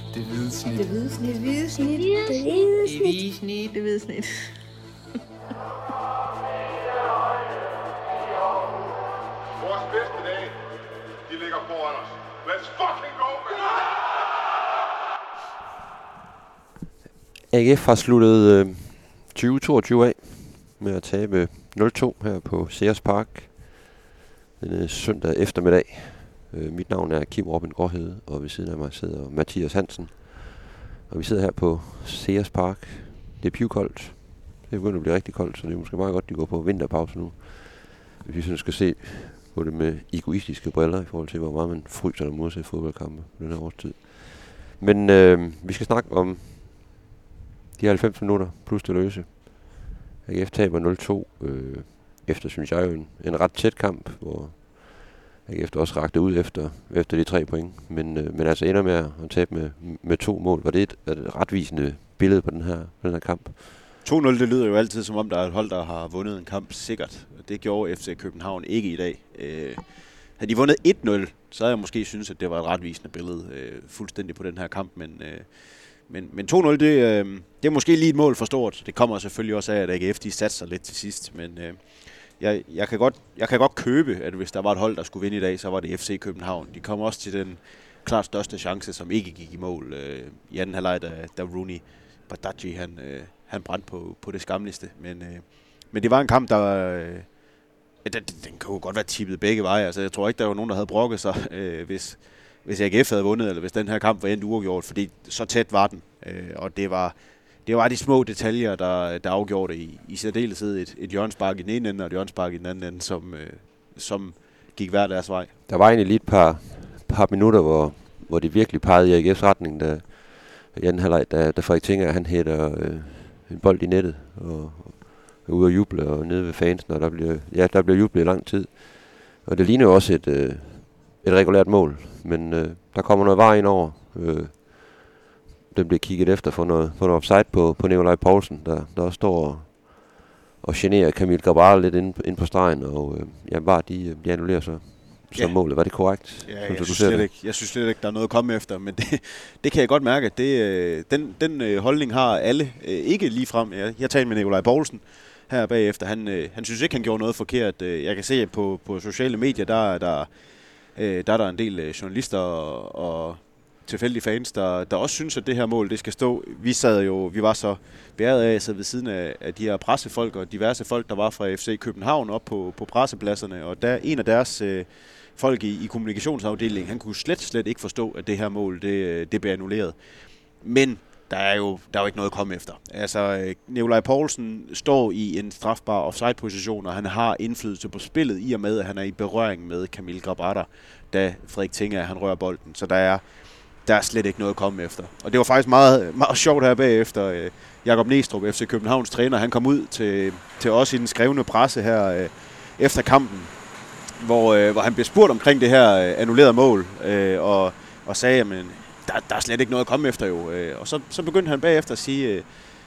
Det hvide snit. Det hvide snit. Det hvide snit. Det hvide snit. Det hvide snit. Det hvide snit. Vores bedste dage, de ligger foran os. Let's fucking go, man! AGF har sluttet 2022 af med at tabe 0-2 her på Sears Park denne søndag eftermiddag. Mit navn er Kim Robin Gårdhede, og ved siden af mig sidder Mathias Hansen. Og vi sidder her på Sears Park. Det er pivkoldt. Det er begyndt at blive rigtig koldt, så det er måske meget godt, at de går på vinterpause nu. Hvis vi sådan skal se på det med egoistiske briller i forhold til, hvor meget man fryser, når man må se fodboldkampe på den her årstid. Men vi skal snakke om de 90 minutter plus det løse. AGF taber 0-2 efter, synes jeg, en ret tæt kamp, hvor AGF også rakte ud efter de 3 point. Men altså ender med at tabe med 2 mål. Var det et retvisende billede på den her kamp? 2-0, det lyder jo altid som om, der er et hold, der har vundet en kamp sikkert. Det gjorde FC København ikke i dag. Havde de vundet 1-0, så havde jeg måske synes, at det var et retvisende billede fuldstændig på den her kamp. Men 2-0, det er måske lige et mål for stort. Det kommer selvfølgelig også af, at AGF de satser lidt til sidst. Men jeg kan godt købe, at hvis der var et hold, der skulle vinde i dag, så var det FC København. De kom også til den klart største chance, som ikke gik i mål i anden halvleg, da Rooney Badaji, han brændte på det skamligste. Men det var en kamp, der den kunne godt være tippet begge veje. Altså, jeg tror ikke, der var nogen, der havde brokket sig, hvis AGF havde vundet, eller hvis den her kamp var endt uafgjort, fordi så tæt var den. Og det var de små detaljer, der afgjorde det i særdeleshed et hjørnespark i den ene ende, og et hjørnespark i den anden ende, som gik hver deres vej. Der var egentlig lige et par minutter, hvor det virkelig pegede i AGF's retning, da i anden halvleg, da Frederik Tinger, han hætter en bold i nettet, og er ude og juble, og nede ved fansen, og der bliver jublet i lang tid. Og det ligner jo også et regulært mål, men der kommer noget var ind over. Den bliver kigget efter for noget offside på Nikolaj Poulsen, der også står og generer Kamil Grabara lidt ind på stregen, og de annullerer så som målet. Var det korrekt? Ja, jeg synes slet ikke, der er noget at komme efter, men det kan jeg godt mærke, at den holdning har alle. Ikke lige frem. Jeg talte med Nikolaj Poulsen her bagefter. Han synes ikke, han gjorde noget forkert. Jeg kan se på sociale medier, der er der en del journalister og tilfældige fans, der også synes, at det her mål, det skal stå. Vi var så bæret af at sidde ved siden af de her pressefolk og diverse folk, der var fra FC København op på pressepladserne, og der en af deres folk i kommunikationsafdelingen, han kunne slet ikke forstå, at det her mål, det blev annulleret. Men der er jo ikke noget at komme efter. Altså, Nikolaj Poulsen står i en strafbar offside-position, og han har indflydelse på spillet, i og med, at han er i berøring med Kamil Grabara, da Frederik Tinger, han rører bolden. Så der er slet ikke noget at komme efter. Og det var faktisk meget, meget sjovt her bagefter. Jakob Næstrup, FC Københavns træner, han kom ud til os i den skrevne presse her efter kampen, hvor han blev spurgt omkring det her annullerede mål, og sagde, at der er slet ikke noget at komme efter jo. Og så begyndte han bagefter at sige,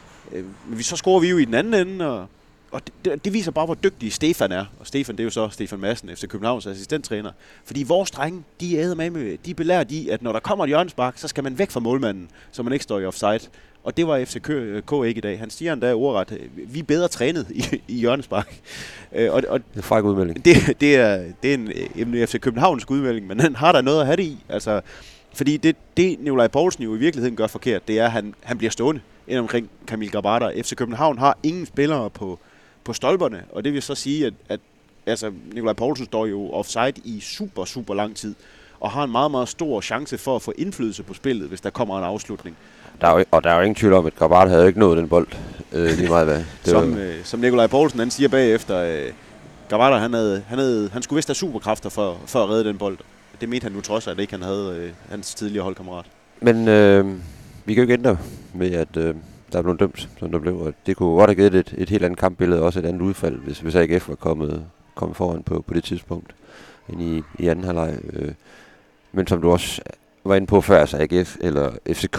så scorer vi jo i den anden ende, og det viser bare, hvor dygtig Stefan er. Og Stefan, det er jo så Stefan Madsen, FC Københavns assistenttræner. Fordi vores drenge, de er belært i, at når der kommer et hjørnespark, så skal man væk fra målmanden, så man ikke står i offside. Og det var FCK ikke i dag. Han siger endda ordret, vi er bedre trænet i hjørnespark. Og det er fræk udmelding. Det er en FC Københavns udmelding, men han har der noget at have det i. Altså, fordi det Nikolaj Poulsen jo i virkeligheden gør forkert, det er, at han bliver stående ind omkring Kamil Grabara. FC København har ingen spillere på stolperne, og det vil så sige, at altså, Nikolaj Poulsen står jo offside i super, super lang tid, og har en meget, meget stor chance for at få indflydelse på spillet, hvis der kommer en afslutning. Der er jo ingen tvivl om, at Grabara havde ikke nået den bold lige meget hvad. Som Nikolaj Poulsen, han siger bagefter, Grabara, han skulle vist have superkræfter for at redde den bold. Det mente han nu trods af, at ikke han havde hans tidligere holdkammerat. Men vi kan jo ikke ændre med, at der er blevet dømt, som der blev. Og det kunne godt have givet et helt andet kampbillede, også et andet udfald, hvis AGF var kommet foran på det tidspunkt ind i anden halvleg. Men som du også var inde på før, altså AGF eller FCK,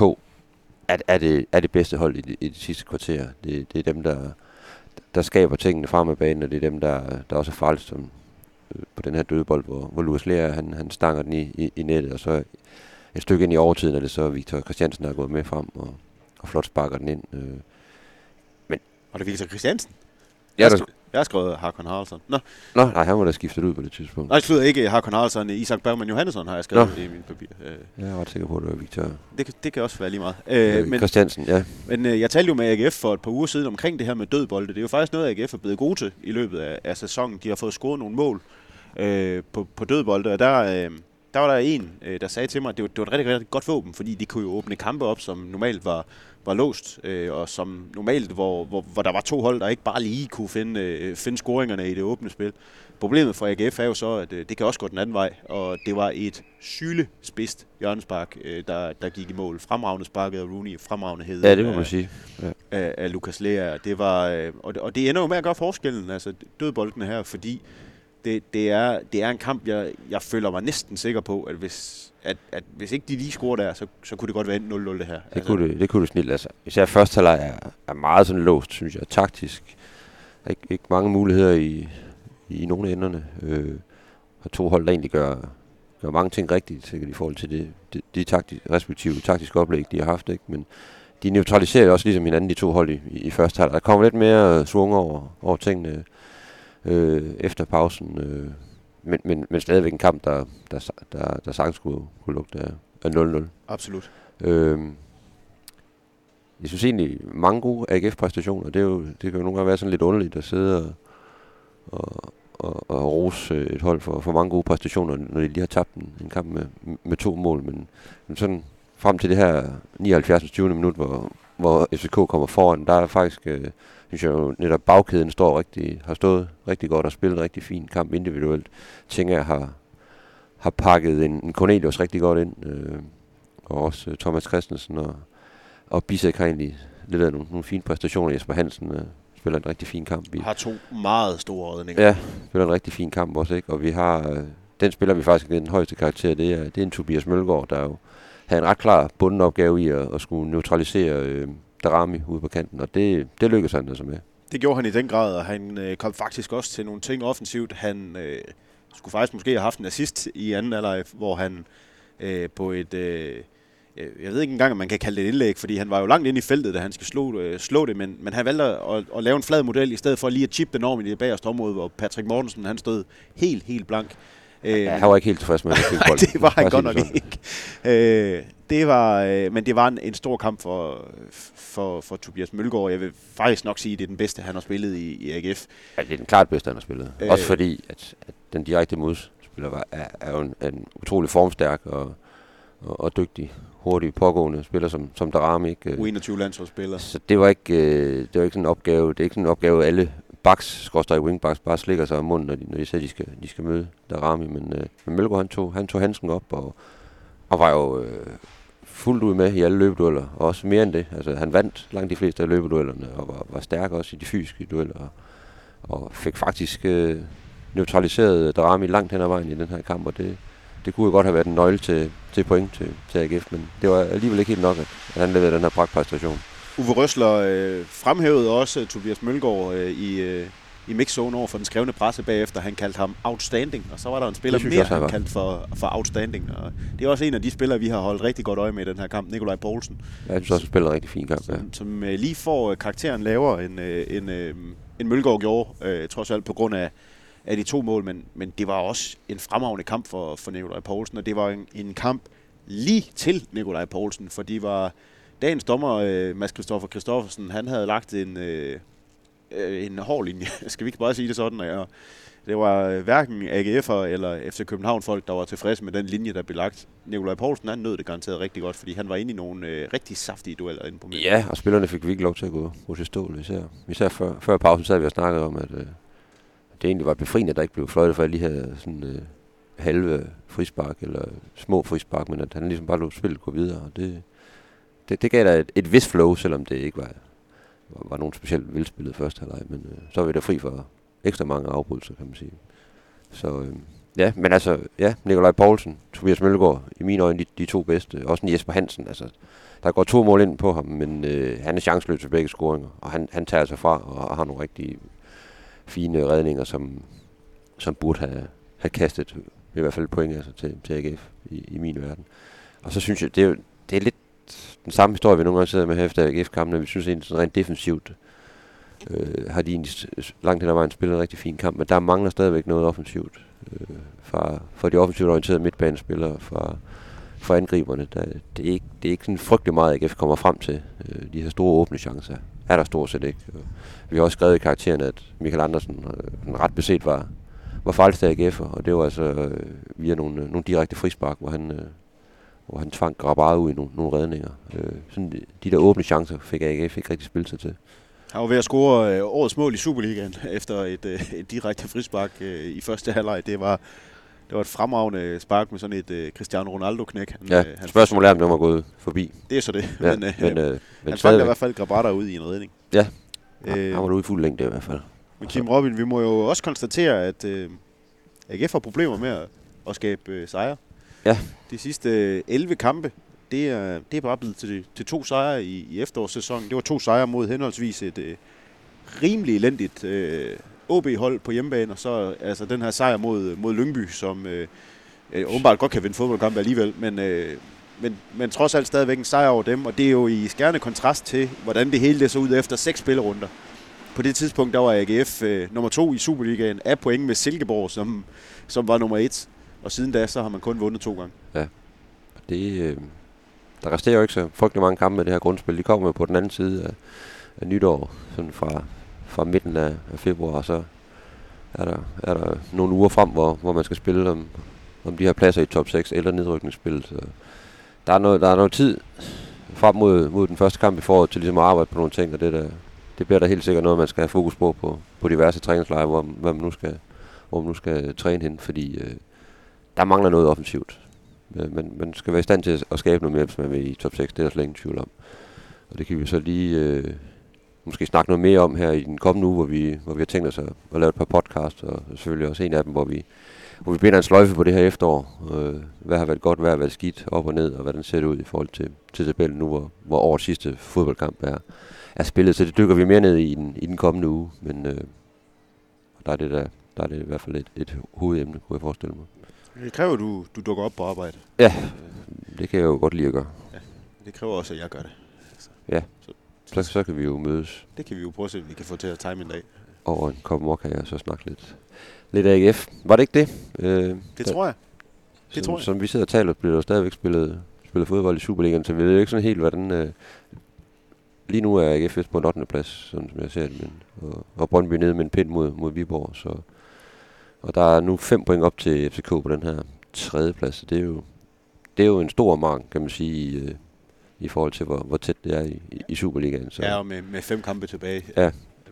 er det bedste hold i de sidste kvarter. Det er dem, der skaber tingene frem af banen, og det er dem, der også er farligt som på den her dødebold, hvor Luis Lea, han stanger den i nettet, og så et stykke ind i overtiden, er det så Victor Christiansen, der er gået med frem og flot sparker den ind. Og det er Victor Christiansen? Ja, Jeg har skrevet Håkon Haraldsson. Nå, nej, han var da skiftet ud på det tidspunkt. Nej, jeg slutter ikke Håkon Haraldsson. Isak Bergman Johannesson har jeg skrevet i min papir. Jeg er ret sikker på, at det var Victor. Det kan også være lige meget. Men Christiansen, ja. Men jeg talte jo med AGF for et par uger siden omkring det her med dødbolde. Det er jo faktisk noget, AGF er blevet gode til i løbet af sæsonen. De har fået scoret nogle mål på dødbolde, og der var der en, der sagde til mig, at det var et rigtig, rigtig godt våben, fordi de kunne jo åbne kampe op, som normalt var låst, og som normalt, hvor der var to hold, der ikke bare lige kunne finde scoringerne i det åbne spil. Problemet for AGF er jo så, at det kan også gå den anden vej, og det var et sylespidst hjørnespark, der gik i mål. Fremragende sparket af Rooney, fremragende hed. Ja, det må man sige. Ja. Af Lukas Lea. Det var, og det ender jo med at gøre forskellen, altså dødboldene her, fordi det er en kamp, jeg føler mig næsten sikker på, at hvis ikke de lige scorer der, så kunne det godt være 0-0 det her. Det kunne det snilt. Altså. Især første halvleg er meget sådan låst, synes jeg, taktisk. Der er ikke mange muligheder i nogle af enderne. Og to hold, der egentlig gør mange ting rigtigt, sikkert i forhold til de respektive taktiske oplæg, de har haft. Ikke? Men de neutraliserer også ligesom hinanden, de to hold i første halvleg. Der kommer lidt mere svung over tingene efter pausen. Men stadigvæk en kamp, der sagtens kunne lugte af 0-0. Absolut. Jeg synes egentlig, mange gode AGF-præstationer, det kan jo nogle gange være sådan lidt underligt at sidde og rose et hold for mange gode præstationer, når de lige har tabt en kamp med 2 mål. Men sådan frem til det her 79. 20. minut, hvor FCK kommer foran, der er faktisk, synes jeg jo, netop bagkæden har stået rigtig godt og spillet en rigtig fin kamp individuelt. Tænker jeg har pakket en Cornelius rigtig godt ind, og også Thomas Christensen og Bisek har egentlig leveret nogle fine præstationer. Jesper Hansen spiller en rigtig fin kamp. Har 2 meget store redninger. Ja, spiller en rigtig fin kamp også, ikke? Og vi har den spiller, vi faktisk har givet den højeste karakter, det er en Tobias Mølgaard, der jo havde en ret klar bunden opgave i at skulle neutralisere Darami ude på kanten, og det lykkedes han altså med. Det gjorde han i den grad, og han kom faktisk også til nogle ting offensivt. Han skulle faktisk måske have haft en assist i anden halvleg, hvor han på et... jeg ved ikke engang, om man kan kalde det et indlæg, fordi han var jo langt inde i feltet, da han skal slå det, men han valgte at lave en flad model, i stedet for lige at chippe den over i det bagerste område, hvor Patrick Mortensen, han stod helt blank. Han var ikke helt tilfreds med, at han fik bolden. Det var han godt nok ikke. Men det var en stor kamp for Tobias Mølgaard. Jeg vil faktisk nok sige, at det er den bedste, han har spillet i AGF. Ja, det er den klart bedste, han har spillet. Også fordi, at den direkte modspiller er jo en utrolig formstærk og dygtig, hurtig, pågående spiller som Darami. Ikke? U21-landsholdsspiller. Så det var ikke sådan en opgave. Det er ikke sådan en opgave, alle wingbacks bare slikker sig om munden, når de siger, de skal møde Darami. Men Mølgaard, han tog handsken op og var jo fuldt ud med i alle løbedueller, og også mere end det. Altså, han vandt langt de fleste af løbeduellerne, og var stærk også i de fysiske dueller, og fik faktisk neutraliseret Darami langt hen ad vejen i den her kamp, og det kunne jo godt have været en nøgle til point til AGF, men det var alligevel ikke helt nok, at han leverede den her pragtpræstation. Uwe Røsler fremhævede også Tobias Mølgaard i mixzone over for den skrevne presse bagefter. Han kaldte ham outstanding, og så var der en spiller mere, han kaldte for outstanding. Og det er også en af de spillere, vi har holdt rigtig godt øje med i den her kamp, Nikolaj Poulsen. Ja, jeg synes også, han spiller en rigtig fin kamp. Ja. Som lige får karakteren lavere end Mølgaard gjorde, trods alt på grund af de 2 mål, men det var også en fremragende kamp for Nikolaj Poulsen, og det var en kamp lige til Nikolaj Poulsen, for de var dagens dommer, Mads Christoffer Christoffersen, han havde lagt en hård linje, skal vi ikke bare sige det sådan, og det var hverken AGF'er eller FC København-folk, der var tilfredse med den linje, der blev lagt. Nikolaj Poulsen, han nød det garanteret rigtig godt, fordi han var inde i nogle rigtig saftige dueller inde på midten. Ja, og spillerne fik virkelig lov til at gå til stål, især før pausen sad vi og snakkede om, at det egentlig var befriende, at der ikke blev fløjtet for alle de her sådan, halve frispark eller små frispark, men at han ligesom bare lod spillet gå videre. Og det gav da et vist flow, selvom det ikke var nogen specielt velspillet første halvleg, men så var vi da fri for ekstra mange afbrydelser, kan man sige. Så ja, men altså, ja, Nikolaj Poulsen, Tobias Mølgaard, i mine øjne de 2 bedste. Også en Jesper Hansen, altså, der går 2 mål ind på ham, men han er chanceløs til begge scoringer, og han tager sig fra og har nogle rigtig fine redninger, som burde have kastet i hvert fald point altså, til AGF i min verden. Og så synes jeg, det er lidt den samme historie, vi nogle gange sidder med her efter AGF-kampene. Vi synes egentlig, sådan rent defensivt har de egentlig langt hen ad vejen spillet en rigtig fin kamp, men der mangler stadigvæk noget offensivt fra de offensivt orienterede midtbanespillere, fra angriberne. Det er ikke sådan frygtelig meget, AGF kommer frem til. De her store åbne chancer er der stort set ikke. Vi har også skrevet i karakteren, at Michael Andersen ret beset var fejlstået AGF'er, og det var altså via nogle direkte frispark, hvor han tvang Grabara ud i nogle redninger. Sådan de der åbne chancer fik AGF ikke rigtig spillet sig til. Han var ved at score årets mål i Superligaen efter et direkte frispark i første halvleg. Det var et fremragende spark med sådan et Cristiano Ronaldo-knæk. Spørgsmålet er, om den var gået forbi. Det er så det. Ja, men han fandt i hvert fald Grabara ud i en redning. Ja, han var ude i fuld længde i hvert fald. Men Kim Robin, vi må jo også konstatere, at AGF har problemer med at skabe sejre. Ja. De sidste 11 kampe, det er bare blevet til 2 sejre i efterårssæsonen. Det var 2 sejre mod henholdsvis et rimelig elendigt OB-hold på hjemmebane, og så altså den her sejr mod Lyngby, som åbenbart godt kan vinde fodboldkampe alligevel, men trods alt stadigvæk en sejr over dem, og det er jo i skærende kontrast til, hvordan det hele det så ud efter 6 spillerunder. På det tidspunkt, der var AGF nummer 2 i Superligaen af point med Silkeborg, som var nummer 1, og siden da, så har man kun vundet 2 gange. Ja, der resterer jo ikke så frygtelig mange kampe med det her grundspil. De kommer på den anden side af nytår, sådan fra midten af februar, og så er der nogle uger frem, hvor man skal spille om de her pladser i top 6 eller nedrykningsspil. Så der er noget tid frem mod den første kamp i foråret til ligesom at arbejde på nogle ting, og det bliver der helt sikkert noget, man skal have fokus på diverse træningslejre, hvor man nu skal træne hen, fordi der mangler noget offensivt. Man skal være i stand til at skabe noget mere, hvis man er med i top 6, det er der slet ingen tvivl om. Og det kan vi så lige måske snakke noget mere om her i den kommende uge, hvor vi har tænkt os at lave et par podcasts, og selvfølgelig også en af dem, hvor vi binder en sløjfe på det her efterår. Hvad har været godt, hvad har været skidt, op og ned, og hvordan ser det ud i forhold til tabellen nu, hvor årets sidste fodboldkamp er spillet. Så det dykker vi mere ned i den kommende uge, men der er det i hvert fald et hovedemne, kunne jeg forestille mig. Det kræver, at du dukker op på arbejde. Ja, det kan jeg jo godt lide at gøre. Ja, det kræver også, at jeg gør det. Altså. Ja, så kan vi jo mødes. Det kan vi jo prøve at se, om vi kan få til at time en dag. Over en kop mor kan jeg så snakke lidt AGF. Var det ikke det? Det tror jeg. Som vi sidder og taler, bliver der stadigvæk spillet fodbold i Superligaen, så vi ved ikke sådan helt, hvordan... Lige nu er AGF på en 8. plads, sådan som jeg ser det, og Brøndby nede med en pind mod Viborg, så... Og der er nu 5 point op til FCK på den her 3. plads. Det er jo en stor mark, kan man sige, i forhold til, hvor tæt det er i Superligaen. Så. Ja, og med 5 kampe tilbage. Ja,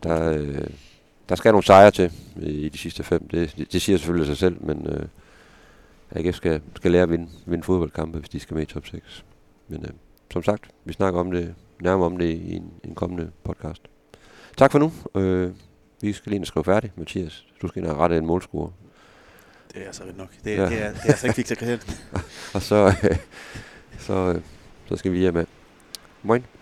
der skal nogle sejre til i de sidste 5. Det siger selvfølgelig sig selv, men AGF skal lære at vinde fodboldkampe, hvis de skal med i top 6. Men som sagt, vi snakker nærmere om det i en kommende podcast. Tak for nu. Vi skal lige skrive færdig, Mathias. Du skal ind og rette en målscore. Det er altså nok. Det er altså ikke fikset. Og så skal vi hjem med. Moin.